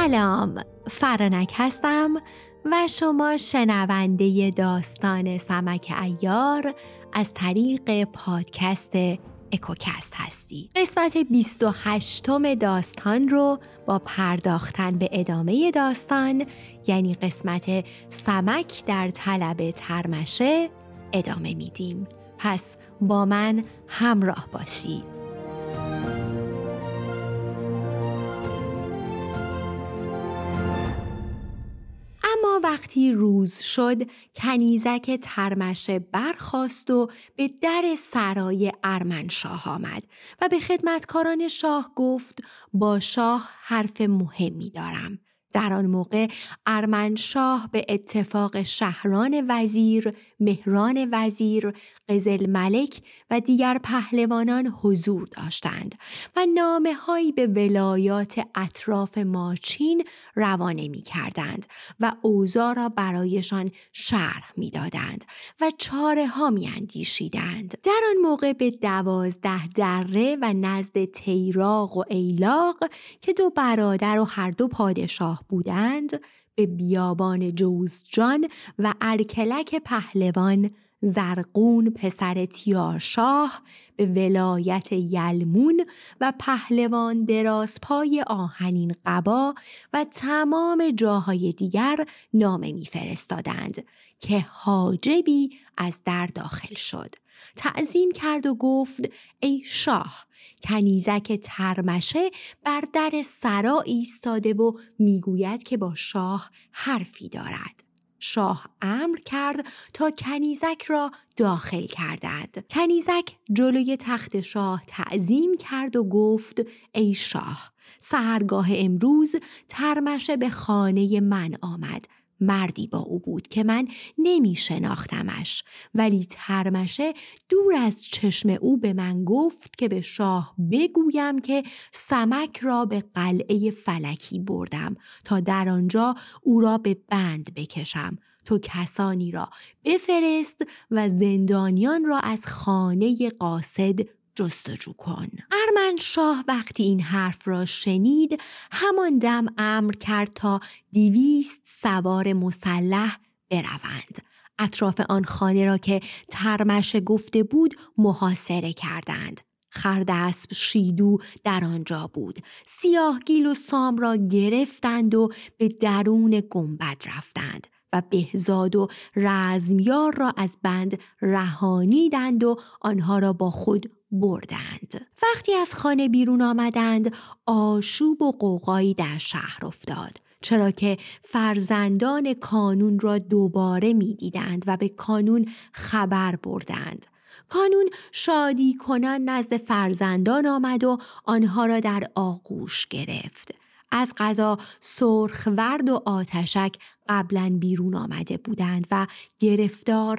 سلام، فرانک هستم و شما شنونده داستان سمک عیار از طریق پادکست اکوکست هستید. قسمت 28 داستان رو با پرداختن به ادامه داستان، یعنی قسمت سمک در طلب ترمشه، ادامه میدیم. پس با من همراه باشید. اما وقتی روز شد، کنیزک ترمشه برخاست و به در سرای ارمنشاه آمد و به خدمتکاران شاه گفت با شاه حرف مهمی دارم. در آن موقع ارمنشاه به اتفاق شهران وزیر، مهران وزیر، قزل ملک و دیگر پهلوانان حضور داشتند و نامه‌هایی به ولایات اطراف ماچین روانه می‌کردند و اوضاع را برایشان شرح می‌دادند و چاره‌ها می‌اندیشیدند. در آن موقع به 12 دره و نزد تیراق و ایلاق که دو برادر و هر دو پادشاه بودند، به بیابان جوزجان و ارکلک پهلوان، زرقون پسر تیارشاه به ولایت یلمون و پهلوان درازپای آهنین قبا و تمام جاهای دیگر نامه می‌فرستادند که حاجبی از در داخل شد. تعظیم کرد و گفت ای شاه، کنیزک ترمشه بر در سرا ایستاده و میگوید که با شاه حرفی دارد. شاه امر کرد تا کنیزک را داخل کردند. کنیزک جلوی تخت شاه تعظیم کرد و گفت ای شاه، سحرگاه امروز ترمشه به خانه من آمد. مردی با او بود که من نمی شناختمش، ولی ترمشه دور از چشم او به من گفت که به شاه بگویم که سمک را به قلعه فلکی بردم تا در آنجا او را به بند بکشم. تو کسانی را بفرست و زندانیان را از خانه قاصد جستجو کن. ارمنشاه وقتی این حرف را شنید، همان دم امر کرد تا 200 سوار مسلح بروند. اطراف آن خانه را که ترمشه گفته بود محاصره کردند. خردسب شیدو در آنجا بود. سیاهگیل و سام را گرفتند و به درون گنبد رفتند و بهزاد و رزمیار را از بند رهانیدند و آنها را با خود بردند. وقتی از خانه بیرون آمدند، آشوب و غوغایی در شهر افتاد، چرا که فرزندان کانون را دوباره می دیدند و به کانون خبر بردند. کانون شادی کنان نزد فرزندان آمد و آنها را در آغوش گرفت. از قضا سرخورد و آتشک قبلا بیرون آمده بودند و گرفتار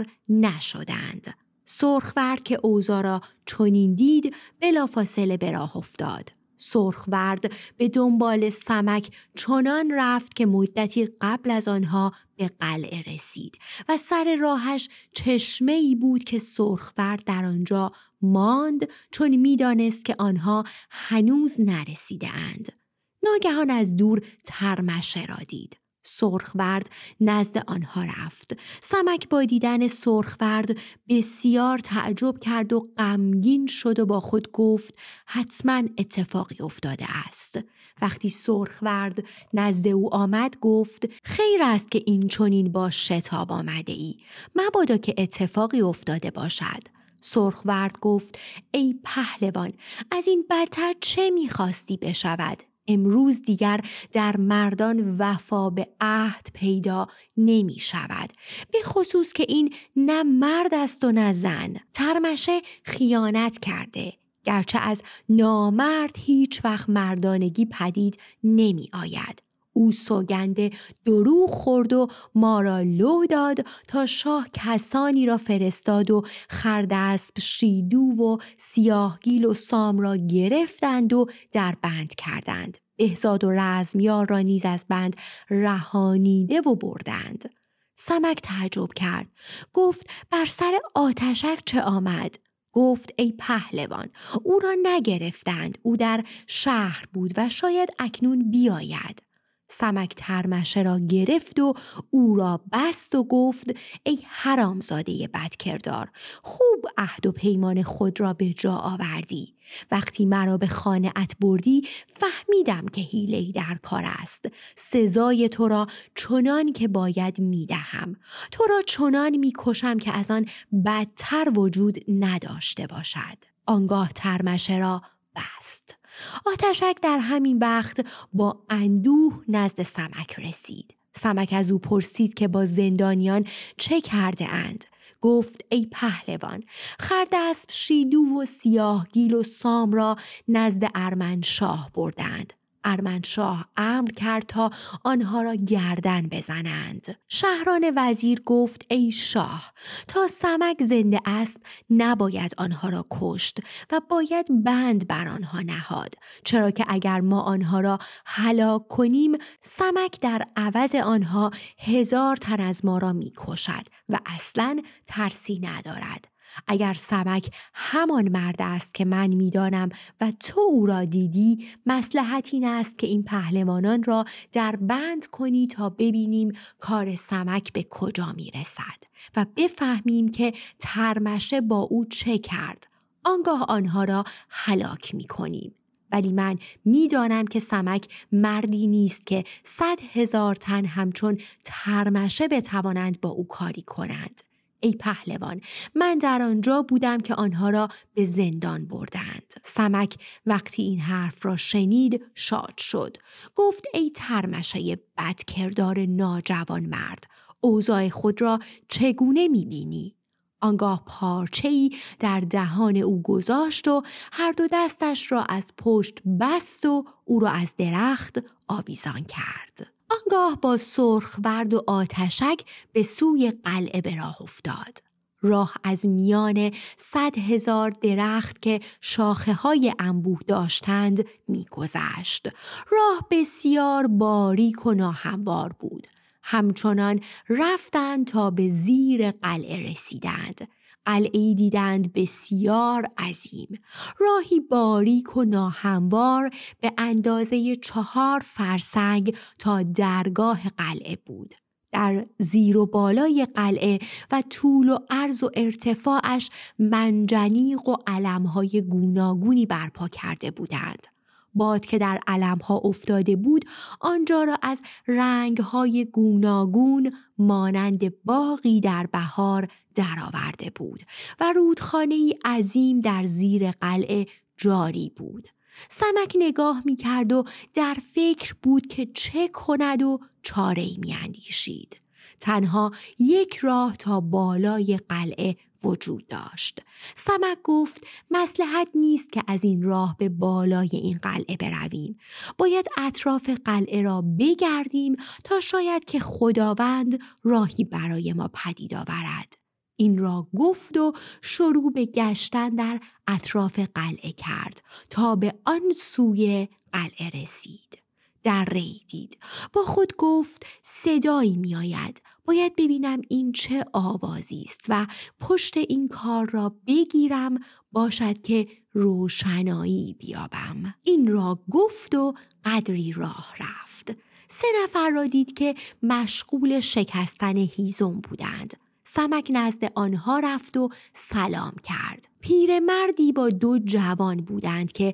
نشدند. سرخورد که اوضاع را چنین دید، بلافاصله به راه افتاد. سرخورد به دنبال سمک چنان رفت که مدتی قبل از آنها به قلعه رسید و سر راهش چشمه‌ای بود که سرخورد در آنجا ماند، چون می‌دانست که آنها هنوز نرسیده اند. ناگهان از دور ترمشه را دید. سرخورد نزد آنها رفت. سمک با دیدن سرخورد بسیار تعجب کرد و غمگین شد و با خود گفت حتما اتفاقی افتاده است. وقتی سرخورد نزد او آمد گفت خیر است که این چنین با شتاب آمده ای، مبادا که اتفاقی افتاده باشد. سرخورد گفت ای پهلوان، از این بدتر چه می‌خواستی بشود؟ امروز دیگر در مردان وفا به عهد پیدا نمی شود، به خصوص که این نه مرد است و نه زن. ترمشه خیانت کرده، گرچه از نامرد هیچ وقت مردانگی پدید نمی آید. او سوگند دروغ خورد و ما را لو داد تا شاه کسانی را فرستاد و خردسب شیدو و سیاهگیل و سام را گرفتند و در بند کردند. بهزاد و رزمیار را نیز از بند رهانیده و بردند. سمک تعجب کرد. گفت بر سر آتشک چه آمد؟ گفت ای پهلوان، او را نگرفتند. او در شهر بود و شاید اکنون بیاید. سمک ترمشه را گرفت و او را بست و گفت ای حرامزاده بدکردار، خوب عهد و پیمان خود را به جا آوردی. وقتی مرا به خانه‌ات بردی فهمیدم که حیله‌ای در کار است. سزای تو را چنان که باید میدهم. تو را چنان میکشم که از آن بدتر وجود نداشته باشد. آنگاه ترمشه را بست. آتشک در همین وقت با اندوه نزد سمک رسید. سمک از او پرسید که با زندانیان چه کرده اند. گفت ای پهلوان، خردسپ، شیدو و سیاهگیل و سام را نزد ارمنشاه بردند. ارمنشاه امر کرد تا آنها را گردن بزنند. شهران وزیر گفت ای شاه، تا سمک زنده است نباید آنها را کشت و باید بند بر آنها نهاد، چرا که اگر ما آنها را هلاک کنیم سمک در عوض آنها 1000 تن از ما را می کشد و اصلاً ترسی ندارد. اگر سمک همان مرد است که من میدانم و تو او را دیدی، مصلحت این است که این پهلوانان را در بند کنی تا ببینیم کار سمک به کجا میرسد و بفهمیم که ترمشه با او چه کرد. آنگاه آنها را هلاک میکنیم. ولی من میدانم که سمک مردی نیست که 100,000 تن همچون ترمشه بتوانند با او کاری کنند. ای پهلوان، من در آنجا بودم که آنها را به زندان بردند. سمک وقتی این حرف را شنید شاد شد. گفت ای ترمشه بدکردار ناجوان مرد، اوضاع خود را چگونه می‌بینی؟ آنگاه پارچه‌ای در دهان او گذاشت و هر دو دستش را از پشت بست و او را از درخت آویزان کرد. آنگاه با سرخورد و آتشک به سوی قلعه به راه افتاد. راه از میان 100,000 درخت که شاخه‌های انبوه داشتند می‌گذشت. راه بسیار باریک و ناهموار بود. همچنان رفتند تا به زیر قلعه رسیدند. قلعه‌ای دیدند بسیار عظیم. راهی باریک و ناهموار به اندازه 4 فرسنگ تا درگاه قلعه بود. در زیر و بالای قلعه و طول و عرض و ارتفاعش منجنیق و علم‌های گوناگونی برپا کرده بودند. باد که در علم‌ها افتاده بود آنجا را از رنگ‌های گوناگون مانند باغی در بهار درآورده بود و رودخانه‌ای عظیم در زیر قلعه جاری بود. سمک نگاه می‌کرد و در فکر بود که چه کند و چاره‌ای می‌اندیشید. تنها یک راه تا بالای قلعه وجود داشت. سمک گفت مصلحت نیست که از این راه به بالای این قلعه برویم. باید اطراف قلعه را بگردیم تا شاید که خداوند راهی برای ما پدید آورد. این را گفت و شروع به گشتن در اطراف قلعه کرد تا به آن سوی قلعه رسید. دره‌ای دید. با خود گفت صدایی می آید. باید ببینم این چه آوازی است و پشت این کار را بگیرم، باشد که روشنایی بیابم. این را گفت و قدری راه رفت. 3 نفر را دید که مشغول شکستن هیزم بودند. سمک نزد آنها رفت و سلام کرد. پیرمردی با 2 جوان بودند که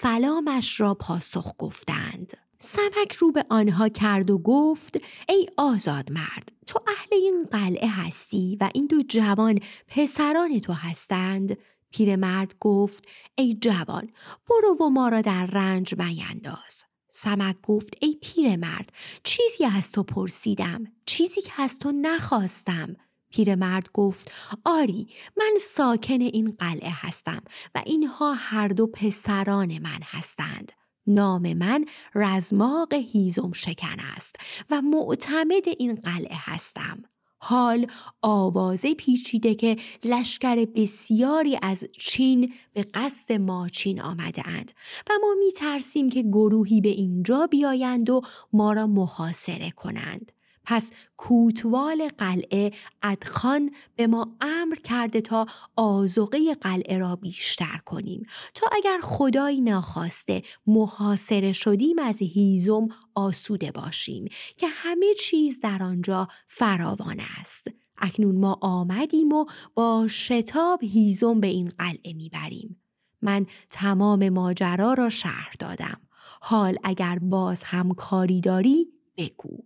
سلامش را پاسخ گفتند. سمک رو به آنها کرد و گفت ای آزاد مرد، تو اهل این قلعه هستی و این 2 جوان پسران تو هستند؟ پیرمرد گفت ای جوان، برو و ما را در رنج مینداز. سمک گفت ای پیرمرد، چیزی از تو پرسیدم، چیزی که از تو نخواستم. پیرمرد گفت آری، من ساکن این قلعه هستم و اینها هر 2 پسران من هستند. نام من رزماق هیزم شکن است و معتمد این قلعه هستم. حال آوازه پیچیده که لشکر بسیاری از چین به قصد ماچین آمده اند و ما می ترسیم که گروهی به اینجا بیایند و ما را محاصره کنند. پس کوتوال قلعه ادخان به ما امر کرده تا آذوقه قلعه را بیشتر کنیم تا اگر خدایی ناخواسته محاصره شدیم از هیزم آسوده باشیم که همه چیز در آنجا فراوان است. اکنون ما آمدیم و با شتاب هیزم به این قلعه میبریم. من تمام ماجرا را شرح دادم. حال اگر باز هم کاری داری بگو.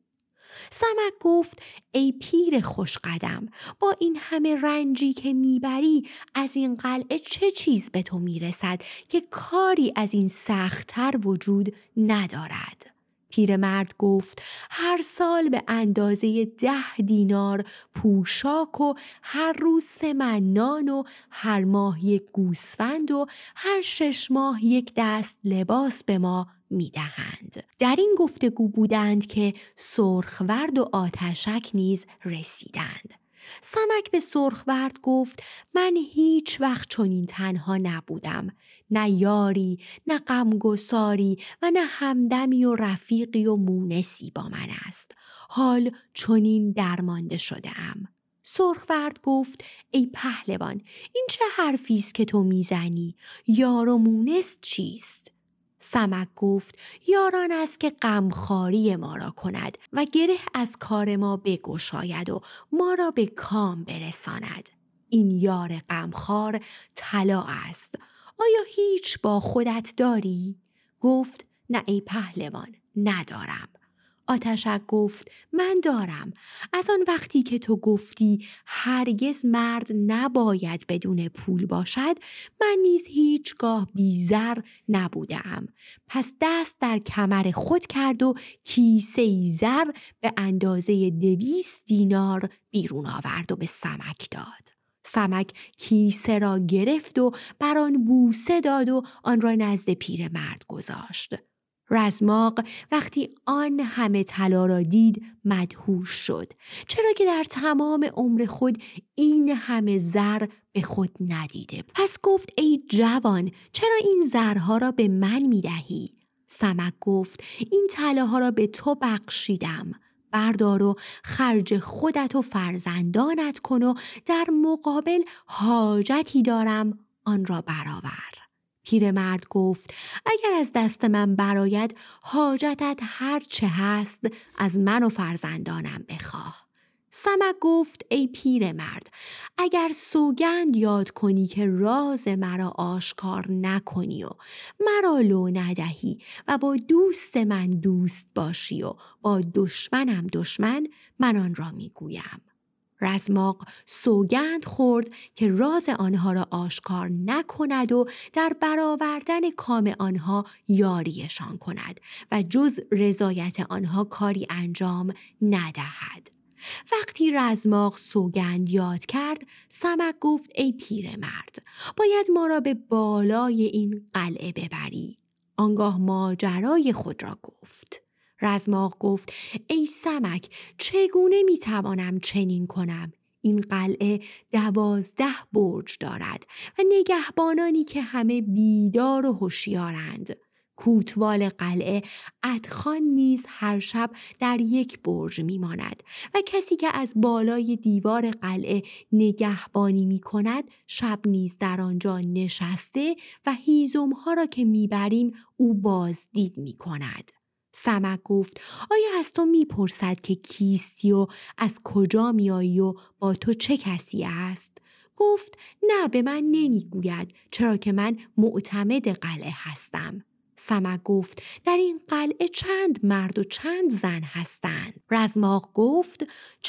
سمک گفت ای پیر خوشقدم، با این همه رنجی که میبری از این قلعه چه چیز به تو میرسد که کاری از این سخت‌تر وجود ندارد؟ پیرمرد گفت هر سال به اندازه 10 دینار پوشاک و هر روز 3 من نان و هر ماه 1 گوسفند و هر 6 ماه 1 دست لباس به ما می‌دهند. در این گفتگو بودند که سرخورد و آتشک نیز رسیدند. سمک به سرخورد گفت من هیچ وقت چنین تنها نبودم. نه یاری، نه غمگساری و نه همدمی و رفیقی و مونسی با من است. حال چنین درمانده شده ام. سرخورد گفت ای پهلوان، این چه حرفی است که تو میزنی؟ یار و مونس چیست؟ سمک گفت یاران است که غمخواری ما را کند و گره از کار ما بگشاید و ما را به کام برساند. این یار غمخوار طلا است. آیا هیچ با خودت داری؟ گفت نه ای پهلوان، ندارم. آتشک گفت من دارم. از آن وقتی که تو گفتی هرگز مرد نباید بدون پول باشد، من نیز هیچگاه بیزر نبودم. پس دست در کمر خود کرد و کیسه زر به اندازه 200 دینار بیرون آورد و به سمک داد. سمک کیسه را گرفت و بر آن بوسه داد و آن را نزد پیرمرد گذاشت. رزماق وقتی آن همه طلا را دید مدهوش شد، چرا که در تمام عمر خود این همه زر به خود ندیده. پس گفت ای جوان، چرا این زرها را به من میدهی؟ سمک گفت این طلاها را به تو بخشیدم. بردار و خرج خودت و فرزندانت کن و در مقابل حاجتی دارم آن را برآور. پیرمرد گفت اگر از دست من برآید حاجتت هر چه هست از من و فرزندانم بخواه. سمک گفت ای پیرمرد، اگر سوگند یاد کنی که راز مرا آشکار نکنی و مرا لو ندهی و با دوست من دوست باشی و با دشمنم دشمن، من آن را میگویم. رزماق سوگند خورد که راز آنها را آشکار نکند و در برآوردن کام آنها یاریشان کند و جز رضایت آنها کاری انجام ندهد. وقتی رزماق سوگند یاد کرد، سمک گفت ای پیرمرد، باید ما را به بالای این قلعه ببری. آنگاه ماجرای خود را گفت. رزماق گفت ای سمک، چگونه میتوانم چنین کنم؟ این قلعه 12 برج دارد و نگهبانانی که همه بیدار و هوشیارند. کوتوال قلعه ادخان نیز هر شب در 1 برج میماند و کسی که از بالای دیوار قلعه نگهبانی میکند شب نیز در آنجا نشسته و هیزمها را که میبریم او بازدید میکند. سمک گفت آیا از تو میپرسد که کیستی و از کجا میایی و با تو چه کسی است؟ گفت نه، به من نمیگوید، چرا که من معتمد قلعه هستم. سمک گفت در این قلعه چند مرد و چند زن هستند؟ رزماق گفت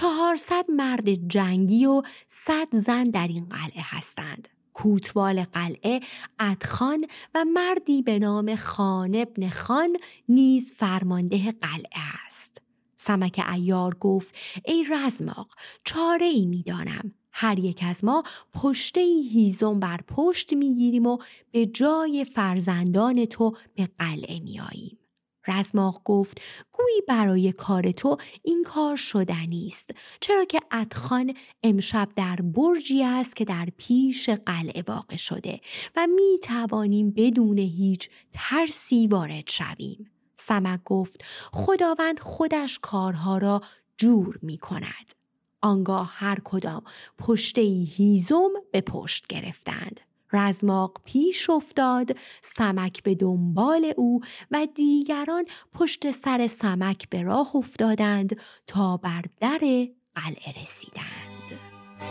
400 مرد جنگی و 100 زن در این قلعه هستند. کوتوال قلعه ادخان و مردی به نام خان ابن خان نیز فرمانده قلعه است. سمک عیار گفت ای رزماق، چاره ای می دانم. هر یک از ما پشته هیزم بر پشت می گیریم و به جای فرزندان تو به قلعه می آییم. رزماق گفت گویی برای کار تو این کار شدنی است، چرا که ادخان امشب در برجی است که در پیش قلعه واقع شده و می توانیم بدون هیچ ترسی وارد شویم. سمک گفت خداوند خودش کارها را جور می کند. آنگاه هر کدام پشته هیزم به پشت گرفتند. رزماق پیش افتاد، سمک به دنبال او و دیگران پشت سر سمک به راه افتادند تا بر در قلعه رسیدند.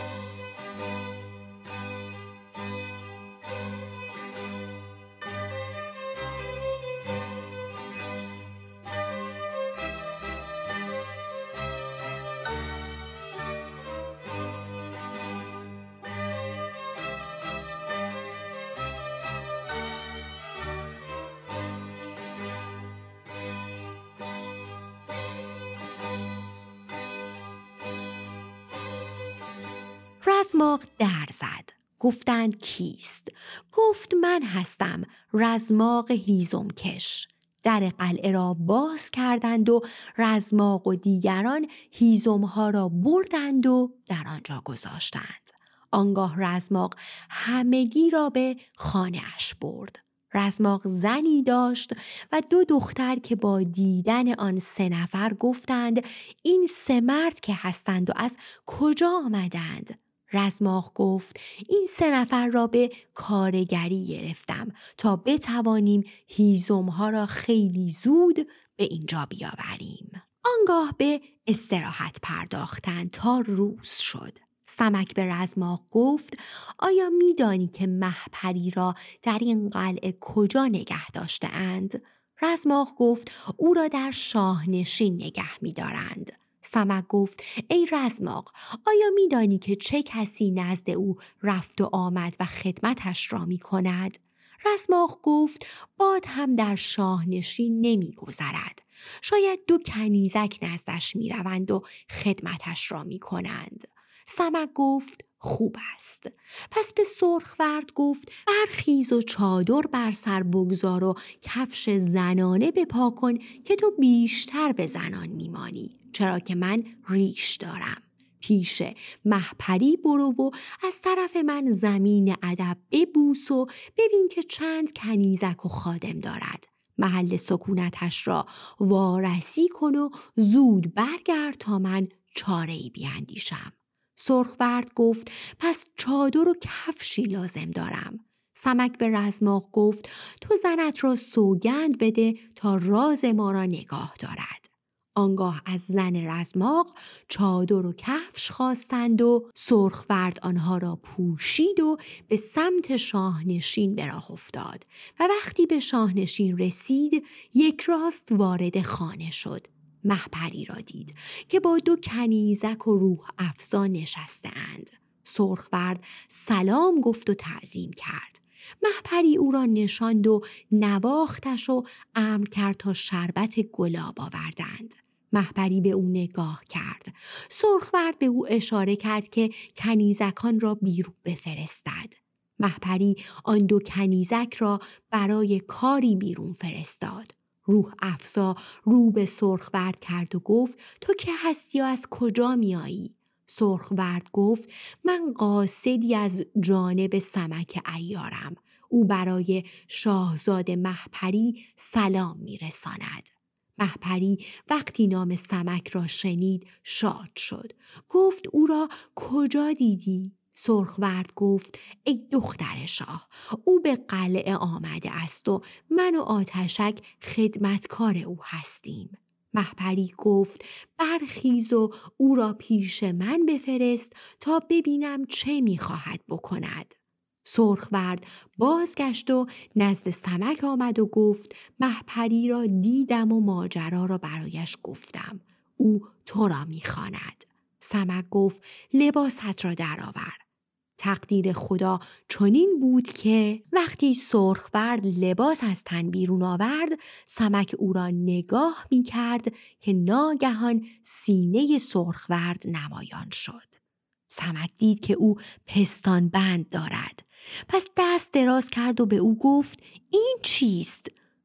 رزماق در زد. گفتند کیست؟ گفت من هستم، رزماق هیزمکش. در قلعه را باز کردند و رزماق و دیگران هیزمها را بردند و در آنجا گذاشتند. آنگاه رزماق همگی را به خانه اش برد. رزماق زنی داشت و 2 دختر که با دیدن آن 3 نفر گفتند این 3 مرد که هستند و از کجا آمدند؟ رزماق گفت این 3 نفر را به کارگری گرفتم تا بتوانیم هیزمها را خیلی زود به اینجا بیاوریم. آنگاه به استراحت پرداختند تا روز شد. سمک به رزماق گفت آیا می‌دانی که مهپری را در این قلعه کجا نگه داشته اند؟ رزماق گفت او را در شاهنشین نگه می‌دارند. سمک گفت ای رزماق، آیا می‌دانی که چه کسی نزد او رفت و آمد و خدمتش را می‌کند؟ رزماق گفت باد هم در شاهنشین نمی‌گذرد. شاید 2 کنیزک نزدش می‌روند و خدمتش را می‌کنند. سمک گفت خوب است. پس به سرخورد گفت برخیز و چادر بر سر بگذار و کفش زنانه بپا کن که تو بیشتر به زنان میمانی، چرا که من ریش دارم. پیش مهپری برو و از طرف من زمین ادب ببوس و ببین که چند کنیزک و خادم دارد. محل سکونتش را وارسی کن و زود برگرد تا من چاره‌ای بیاندیشم. سرخورد گفت پس چادر و کفشی لازم دارم. سمک به رزماق گفت تو زنت را سوگند بده تا راز ما را نگاه دارد. آنگاه از زن رزماق چادر و کفش خواستند و سرخورد آنها را پوشید و به سمت شاهنشین به راه افتاد و وقتی به شاهنشین رسید یک راست وارد خانه شد. مهپری را دید که با 2 کنیزک و روح افزا نشسته اند. سرخورد سلام گفت و تعظیم کرد. مهپری او را نشاند و نواختش و امر کرد تا شربت گلاب آوردند. مهپری به او نگاه کرد. سرخورد به او اشاره کرد که کنیزکان را بیرون بفرستد. مهپری آن 2 کنیزک را برای کاری بیرون فرستاد. روح افزا رو به سرخورد کرد و گفت تو که هستی و از کجا میایی؟ سرخورد گفت من قاصدی از جانب سمک عیارم. او برای شاهزاده مهپری سلام میرساند. مهپری وقتی نام سمک را شنید شاد شد. گفت او را کجا دیدی؟ سرخورد گفت ای دختر شاه، او به قلعه آمده است و من و آتشک خدمتکار او هستیم. مهپری گفت برخیز و او را پیش من بفرست تا ببینم چه میخواهد بکند. سرخورد بازگشت و نزد سمک آمد و گفت مهپری را دیدم و ماجرا را برایش گفتم. او تو را میخواند. سمک گفت لباست را درآور. تقدیر خدا چنین بود که وقتی سرخورد لباس از تن بیرون آورد، سمک او را نگاه می کرد که ناگهان سینه سرخورد نمایان شد. سمک دید که او پستان بند دارد. پس دست دراز کرد و به او گفت این چیست؟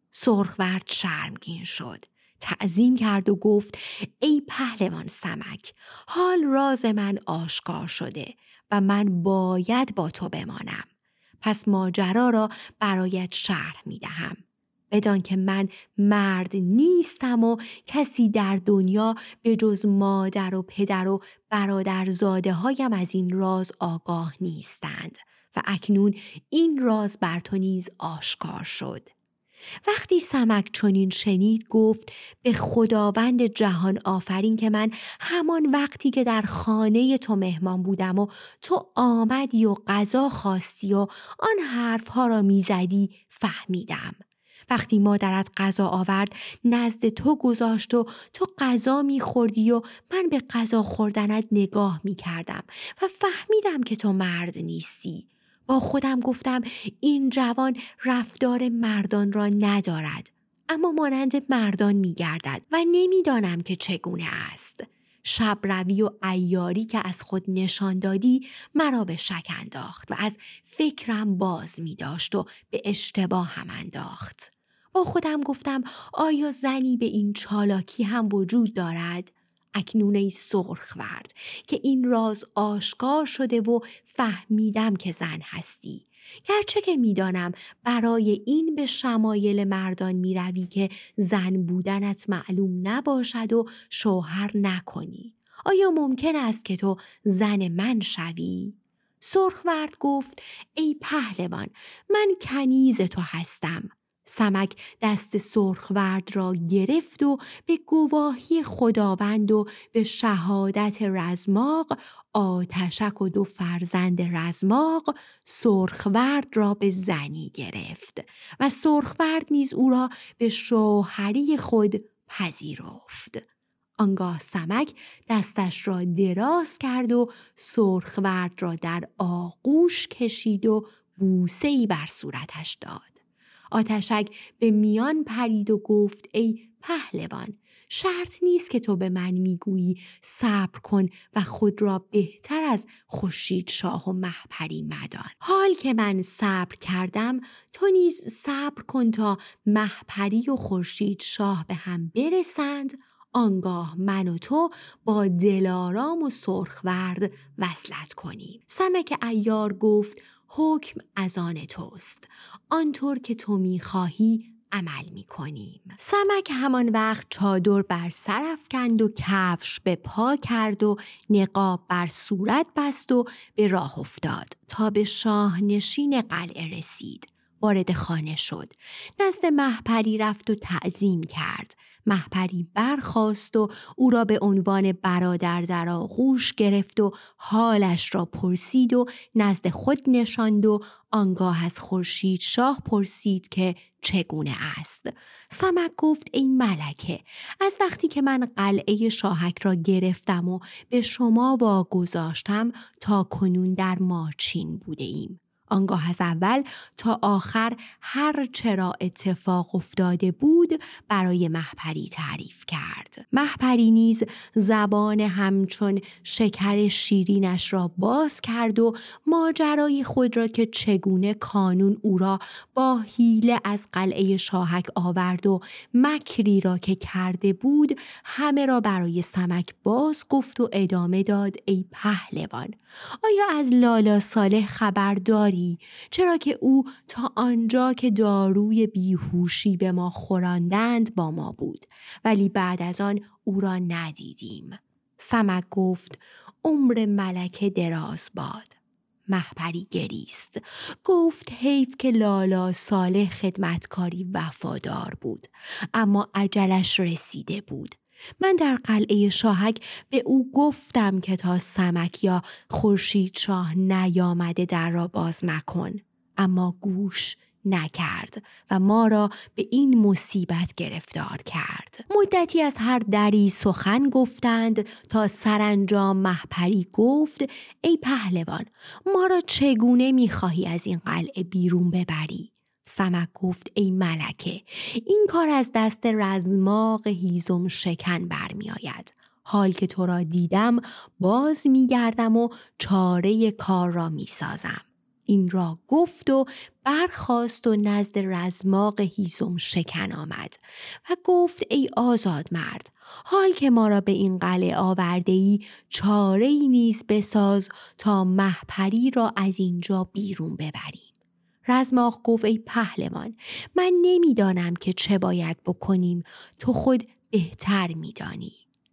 سرخورد شرمگین شد. تعظیم کرد و گفت ای پهلوان سمک، حال راز من آشکار شده و من باید با تو بمانم. پس ماجرا را برایت شرح می دهم. بدان که من مرد نیستم و کسی در دنیا به جز مادر و پدر و برادرزاده هایم از این راز آگاه نیستند و اکنون این راز بر تو نیز آشکار شد. وقتی سمک چنین شنید گفت به خداوند جهان آفرین که من همان وقتی که در خانه تو مهمان بودم و تو آمدی و غذا خواستی و آن حرفها را میزدی فهمیدم. وقتی مادرت غذا آورد نزد تو گذاشت و تو غذا میخوردی و من به غذا خوردنت نگاه میکردم و فهمیدم که تو مرد نیستی. با خودم گفتم این جوان رفتار مردان را ندارد، اما مانند مردان میگردد و نمیدانم که چگونه است. شب روی و عیاری که از خود نشان دادی مرا به شک انداخت و از فکرم باز می داشت و به اشتباه هم انداخت. با خودم گفتم آیا زنی به این چالاکی هم وجود دارد؟ اکنون ای سرخورد که این راز آشکار شده و فهمیدم که زن هستی. گرچه که میدانم برای این به شمایل مردان می روی که زن بودنت معلوم نباشد و شوهر نکنی. آیا ممکن است که تو زن من شوی؟ سرخورد گفت ای پهلوان، من کنیز تو هستم. سمک دست سرخورد را گرفت و به گواهی خداوند و به شهادت رزماق، آتشک و 2 فرزند رزماق، سرخورد را به زنی گرفت و سرخورد نیز او را به شوهری خود پذیرفت. آنگاه سمک دستش را دراز کرد و سرخورد را در آغوش کشید و بوسه‌ای بر صورتش داد. آتشک به میان پرید و گفت ای پهلوان، شرط نیست که تو به من میگویی صبر کن و خود را بهتر از خورشید شاه و مهپری مدان. حال که من صبر کردم تو نیز صبر کن تا مهپری و خورشید شاه به هم برسند. آنگاه من و تو با دلارام و سرخورد وصلت کنیم. سمک عیار گفت حکم از آن توست، آنطور که تو میخواهی عمل میکنیم. سمک همان وقت چادر بر سر افکند و کفش به پا کرد و نقاب بر صورت بست و به راه افتاد تا به شاهنشین قلعه رسید. وارد خانه شد. نزد مهپری رفت و تعظیم کرد. مهپری برخاست و او را به عنوان برادر در آغوش گرفت و حالش را پرسید و نزد خود نشاند و آنگاه از خورشید شاه پرسید که چگونه است. سمک گفت ای ملکه، از وقتی که من قلعه شاهک را گرفتم و به شما واگذاشتم تا کنون در ماچین بوده ایم. آنگاه از اول تا آخر هر چرا اتفاق افتاده بود برای مهپری تعریف کرد. مهپری نیز زبان همچون شکر شیرینش را باز کرد و ماجرای خود را که چگونه کانون او را با حیله از قلعه شاهک آورد و مکری را که کرده بود همه را برای سمک باز گفت و ادامه داد ای پهلوان، آیا از لالا صالح خبر داری؟ چرا که او تا آنجا که داروی بیهوشی به ما خوراندند با ما بود، ولی بعد از آن او را ندیدیم. سمک گفت عمر ملکه دراز باد. مهپری گریست. گفت حیف که لالا صالح خدمتکاری وفادار بود، اما اجلش رسیده بود. من در قلعه شاهک به او گفتم که تا سمک یا خورشید شاه نیامده در را باز مکن، اما گوش نکرد و ما را به این مصیبت گرفتار کرد. مدتی از هر دری سخن گفتند تا سرانجام مهپری گفت ای پهلوان، ما را چگونه می‌خواهی از این قلعه بیرون ببری؟ سمک گفت ای ملکه، این کار از دست رزماق هیزم شکن برمی آید. حال که تو را دیدم باز می گردم و چاره کار را می سازم. این را گفت و برخاست و نزد رزماق هیزم شکن آمد و گفت ای آزاد مرد، حال که ما را به این قلعه آورده ای چاره‌ای نیز بساز تا مهپری را از اینجا بیرون ببریم. رزماق گفت ای پهلوان، من نمیدانم که چه باید بکنیم، تو خود بهتر میدانی.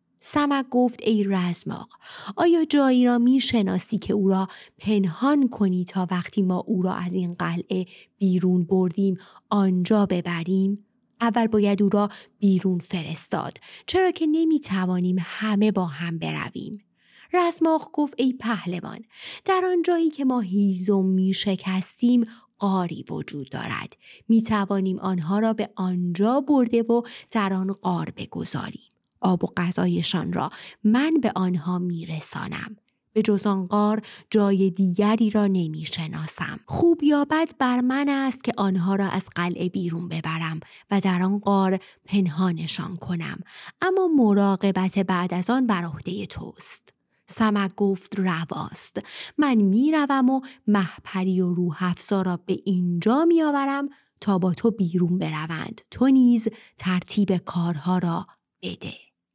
سمک گفت ای رزماق، آیا جایی را میشناسی که او را پنهان کنی تا وقتی ما او را از این قلعه بیرون بردیم آنجا ببریم؟ اول باید او را بیرون فرستاد، چرا که نمیتوانیم همه با هم برویم. رزماق گفت ای پهلوان، در آن جایی که ما هیزم می شکستیم غاری وجود دارد. می توانیم آنها را به آنجا برده و در آن غار بگذاریم. آب و غذایشان را من به آنها می رسانم. به جز آن غار جای دیگری را نمی شناسم. خوب یا بد بر من است که آنها را از قلعه بیرون ببرم و در آن غار پنهانشان کنم. اما مراقبت بعد از آن بر عهده توست. سمک گفت رواست. من میروم و مهپری و روح‌افزا را به اینجا میآورم تا با تو بیرون بروند. تو نیز ترتیب کارها را بده.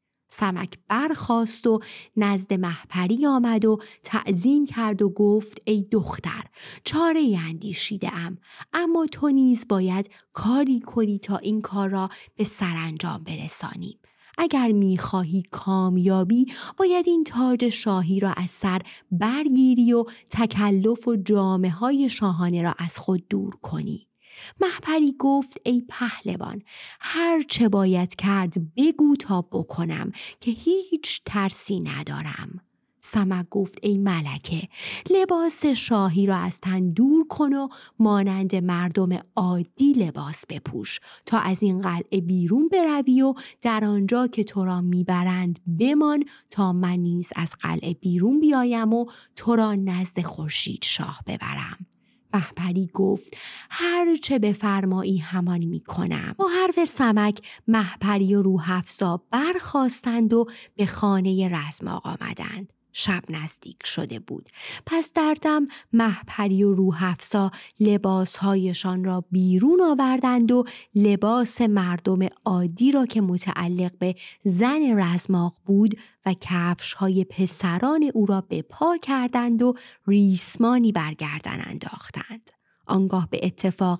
سمک برخاست و نزد مهپری آمد و تعظیم کرد و گفت ای دختر، چاره اندیشیده‌ام، اما تو نیز باید کاری کنی تا این کار را به سرانجام برسانیم. اگر می‌خواهی کامیابی باید این تاج شاهی را از سر برگیری و تکلف و جامه‌های شاهانه را از خود دور کنی. مهپری گفت ای پهلوان، هر چه باید کرد بگو تا بکنم که هیچ ترسی ندارم. سمک گفت ای ملکه، لباس شاهی را از تن دور کن و مانند مردم عادی لباس بپوش تا از این قلعه بیرون بروی و در آنجا که تو را میبرند بمان تا من نیز از قلعه بیرون بیایم و تو را نزد خورشید شاه ببرم. مهپری گفت هر چه بفرمایی همان میکنم. با حرف سمک مهپری و روح‌افزا برخاستند و به خانه رزماق آمدند. شب نزدیک شده بود. پس در دم مهپری و روح‌افزا لباسهایشان را بیرون آوردند و لباس مردم عادی را که متعلق به زن رزماق بود و کفش‌های پسران او را به پا کردند و ریسمانی بر گردن انداختند. آنگاه به اتفاق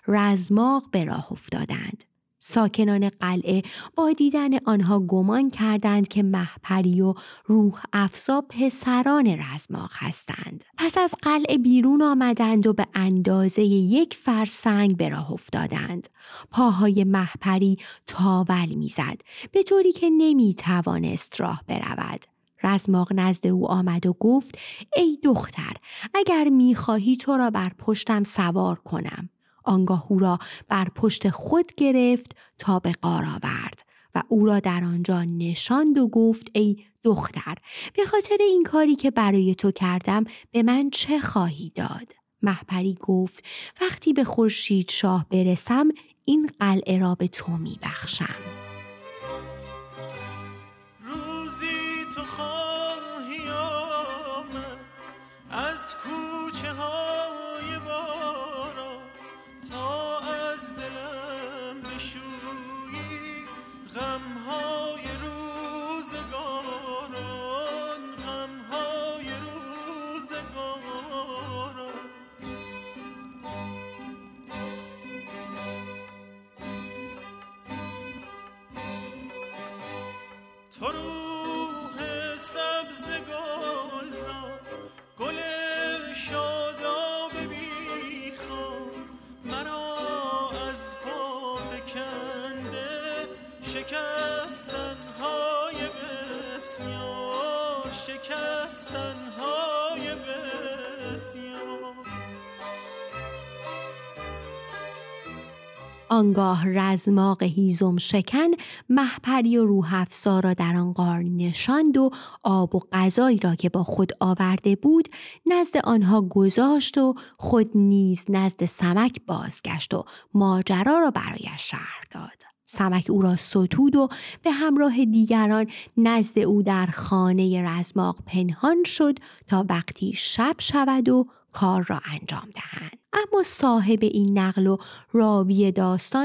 رزماق به راه افتادند. ساکنان قلعه با دیدن آنها گمان کردند که مهپری و روح‌افزا پسران رزماق هستند. پس از قلعه بیرون آمدند و به اندازه 1 فرسنگ به راه افتادند. پاهای مهپری تاول میزد، به طوری که نمیتوانست راه برود. رزماق نزد او آمد و گفت ای دختر، اگر میخواهی تو را بر پشتم سوار کنم. آنگاه او را بر پشت خود گرفت تا به غار آورد و او را در آنجا نشاند و گفت ای دختر، به خاطر این کاری که برای تو کردم به من چه خواهی داد؟ مهپری گفت وقتی به خورشید شاه برسم این قلعه را به تو میبخشم. روزی تو خواهی آمد از کوچه های بارا تا از دلم بشویی غمهای روزگاران، غمهای روزگاران. تو روح سبز گلزار، گل شاداب بیخواب، مرا از پا فکنده شکستن‌های بسیار، شکستن‌های بسیار. آنگاه رزماق هیزم شکن مهپری و روح‌افزا را در آن غار نشاند و آب و غذایی را که با خود آورده بود نزد آنها گذاشت و خود نیز نزد سمک بازگشت و ماجرا را برایش شرح داد. سمک او را ستود و به همراه دیگران نزد او در خانه رزماق پنهان شد تا وقتی شب شود و کار را انجام دهند. اما صاحب این نقل و راوی داستان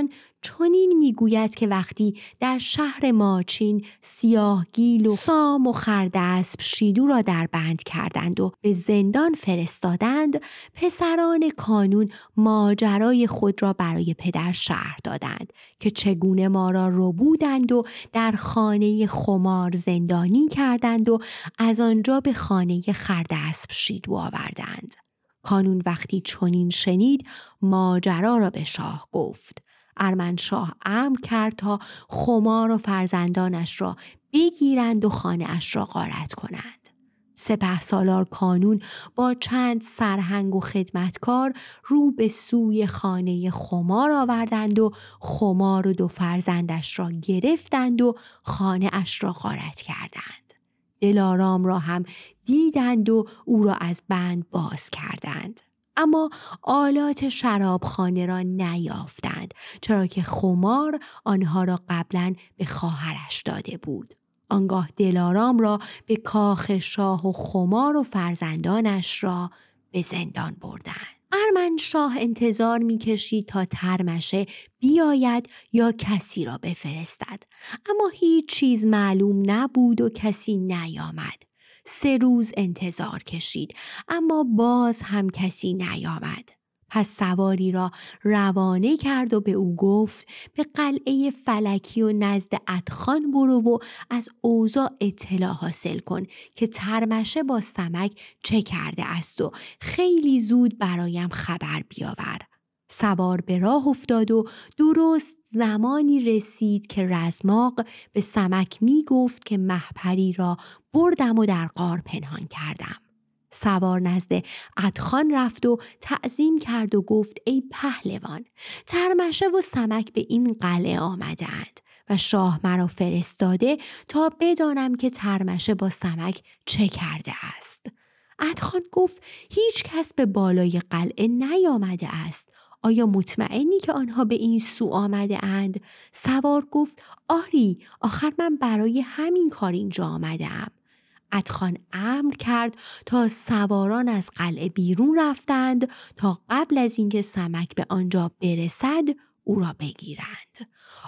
چنین میگوید که وقتی در شهر ماچین سیاهگیل و سام و خردسب شیدو را در بند کردند و به زندان فرستادند، پسران کانون ماجرای خود را برای پدر شرح دادند که چگونه ما را ربودند و در خانه خمار زندانی کردند و از آنجا به خانه خردسب شیدو آوردند. کانون وقتی چنین شنید ماجرا را به شاه گفت. ارمنشاه امر کرد تا خمار و فرزندانش را بگیرند و خانه اش را غارت کنند. سپهسالار کانون با چند سرهنگ و خدمتکار رو به سوی خانه خمار آوردند و خمار و 2 فرزندش را گرفتند و خانه اش را غارت کردند. دلارام را هم دیدند و او را از بند باز کردند. اما آلات شرابخانه را نیافتند، چرا که خمار آنها را قبلاً به خواهرش داده بود. آنگاه دلارام را به کاخ شاه و خمار و فرزندانش را به زندان بردند. ارمنشاه انتظار می‌کشید تا ترمشه بیاید یا کسی را بفرستد، اما هیچ چیز معلوم نبود و کسی نیامد. 3 روز انتظار کشید، اما باز هم کسی نیامد. پس سواری را روانه کرد و به او گفت به قلعه فلکی و نزد ادخان برو و از اوضاع اطلاع حاصل کن که ترمشه با سمک چه کرده است و خیلی زود برایم خبر بیاور. سوار به راه افتاد و درست زمانی رسید که رزماق به سمک می گفت که مهپری را بردم و در غار پنهان کردم. سوار نزد ادخان رفت و تعظیم کرد و گفت ای پهلوان، ترمشه و سمک به این قلعه آمدند و شاه مرا فرستاده تا بدانم که ترمشه با سمک چه کرده است. ادخان گفت هیچ کس به بالای قلعه نیامده است. آیا مطمئنی که آنها به این سو آمده اند؟ سوار گفت آری، آخر من برای همین کار اینجا آمده ام. ادخان امر کرد تا سواران از قلعه بیرون رفتند تا قبل از اینکه سمک به آنجا برسد او را بگیرند.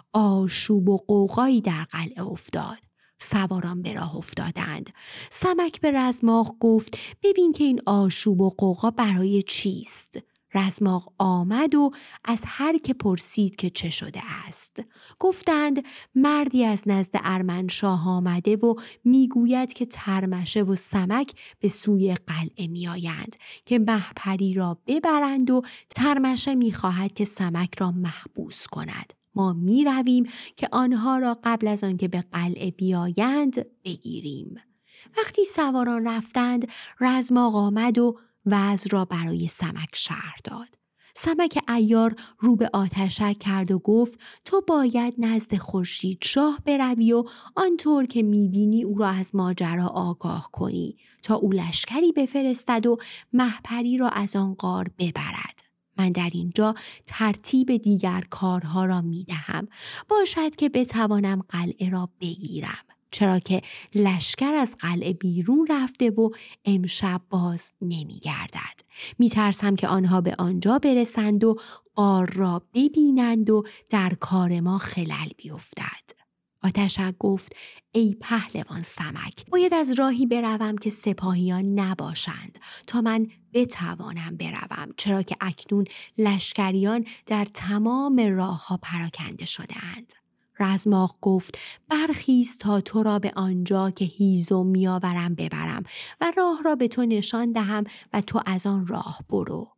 آشوب و غوغایی در قلعه افتاد. سواران به راه افتادند. سمک به رزماق گفت ببین که این آشوب و غوغا برای چیست؟ رزماق آمد و از هر که پرسید که چه شده است گفتند مردی از نزد ارمنشاه آمده و میگوید که ترمشه و سمک به سوی قلعه میآیند که مهپری را ببرند و ترمشه میخواهد که سمک را محبوس کند. ما میرویم که آنها را قبل از آنکه به قلعه بیایند بگیریم. وقتی سواران رفتند رزماق آمد و وضع را برای سمک شرح داد. سمک عیار رو به آتشک کرد و گفت تو باید نزد خورشید شاه بروی و آنطور که میبینی او را از ماجرا آگاه کنی تا او لشکری بفرستد و مهپری را از آن غار ببرد. من در اینجا ترتیب دیگر کارها را میدهم، باشد که بتوانم قلعه را بگیرم، چرا که لشکر از قلعه بیرون رفته و امشب باز نمی گردد. می ترسم که آنها به آنجا برسند و غار را ببینند و در کار ما خلل بیفتد. آتشک گفت ای پهلوان سمک، باید از راهی بروم که سپاهیان نباشند تا من بتوانم بروم، چرا که اکنون لشکریان در تمام راه ها پراکنده شده‌اند. رزماق گفت برخیز تا تو را به آنجا که هیزم میآورم ببرم و راه را به تو نشان دهم و تو از آن راه برو.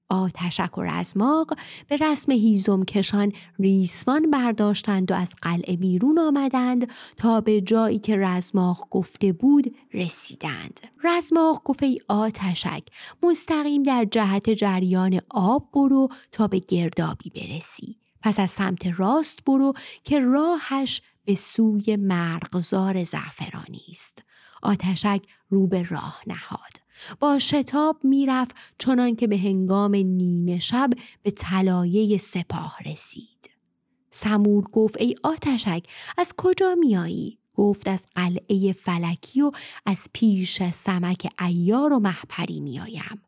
آتشک و رزماق به رسم هیزم کشان ریسمان برداشتند و از قلعه بیرون آمدند تا به جایی که رزماق گفته بود رسیدند. رزماق گفت ای آتشک، مستقیم در جهت جریان آب برو تا به گردابی برسی. پس از سمت راست برو که راهش به سوی مرغزار زعفرانی است. آتشک رو به راه نهاد. با شتاب میرفت چنان که به هنگام نیمه شب به طلایه سپاه رسید. سمور گفت ای آتشک از کجا میایی؟ گفت از قلعه فلکی و از پیش سمک عیار و مهپری میایم.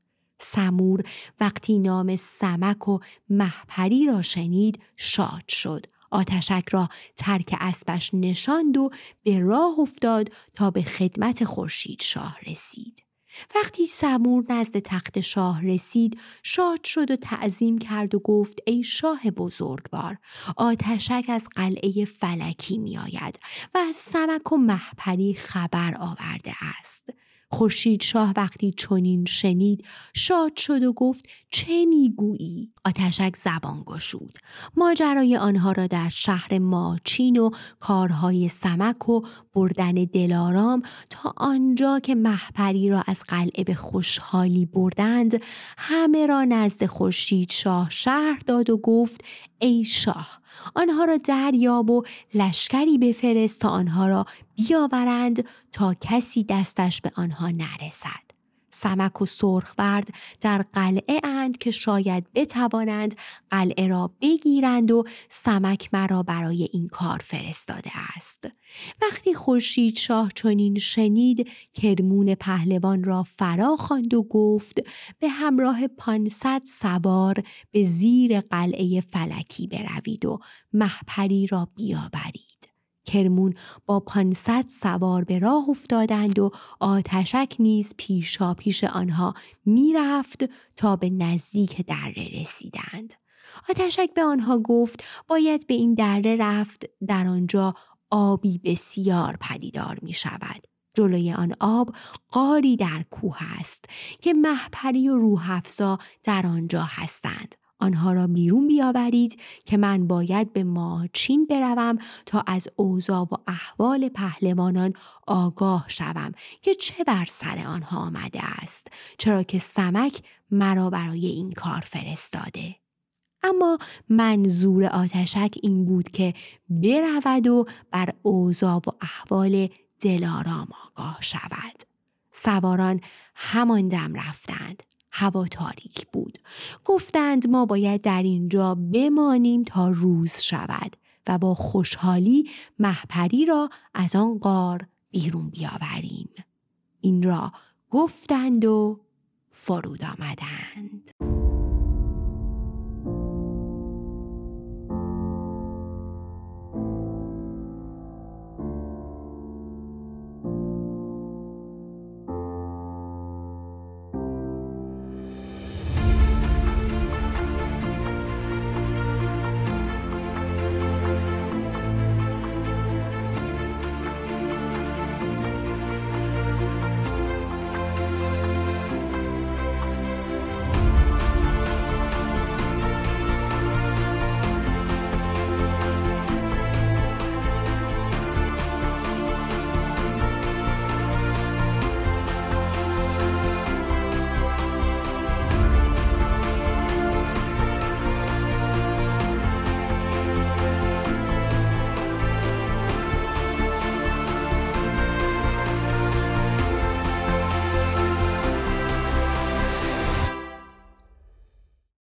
سمور وقتی نام سمک و مهپری را شنید شاد شد. آتشک را ترک اسبش نشاند و به راه افتاد تا به خدمت خورشید شاه رسید. وقتی سمور نزد تخت شاه رسید شاد شد و تعظیم کرد و گفت ای شاه بزرگوار، آتشک از قلعه فلکی می آید و از سمک و مهپری خبر آورده است. خورشید شاه وقتی چنین شنید شاد شد و گفت چه میگویی؟ آتشک زبان گشود. ماجرای آنها را در شهر ماچین و کارهای سمک و بردن دلارام تا آنجا که مهپری را از قلعه به خوشحالی بردند همه را نزد خورشید شاه شرح داد و گفت ای شاه، آنها را دریاب و لشکری بفرست تا آنها را بیاورند تا کسی دستش به آنها نرسد. سمک و سرخورد در قلعه اند که شاید بتوانند قلعه را بگیرند و سمک مرا برای این کار فرستاده است. وقتی خورشید شاه چنین شنید کرمون پهلوان را فرا خواند و گفت به همراه 500 سوار به زیر قلعه فلکی بروید و مهپری را بیاورید. کرمون با 500 سوار به راه افتادند و آتشک نیز پیشا پیش آنها می رفت تا به نزدیک دره رسیدند. آتشک به آنها گفت باید به این دره رفت، در آنجا آبی بسیار پدیدار می شود. جلوی آن آب غاری در کوه است که مهپری و روح‌افزا در آنجا هستند. آنها را بیرون بیاورید که من باید به ماچین بروم تا از اوضاع و احوال پهلوانان آگاه شوم که چه بر سر آنها آمده است، چرا که سمک مرا برای این کار فرستاده. اما منظور آتشک این بود که برود و بر اوضاع و احوال دلارام آگاه شود. سواران همان دم رفتند. هوا تاریک بود. گفتند ما باید در اینجا بمانیم تا روز شود و با خوشحالی مهپری را از آن غار بیرون بیاوریم. این را گفتند و فرود آمدند.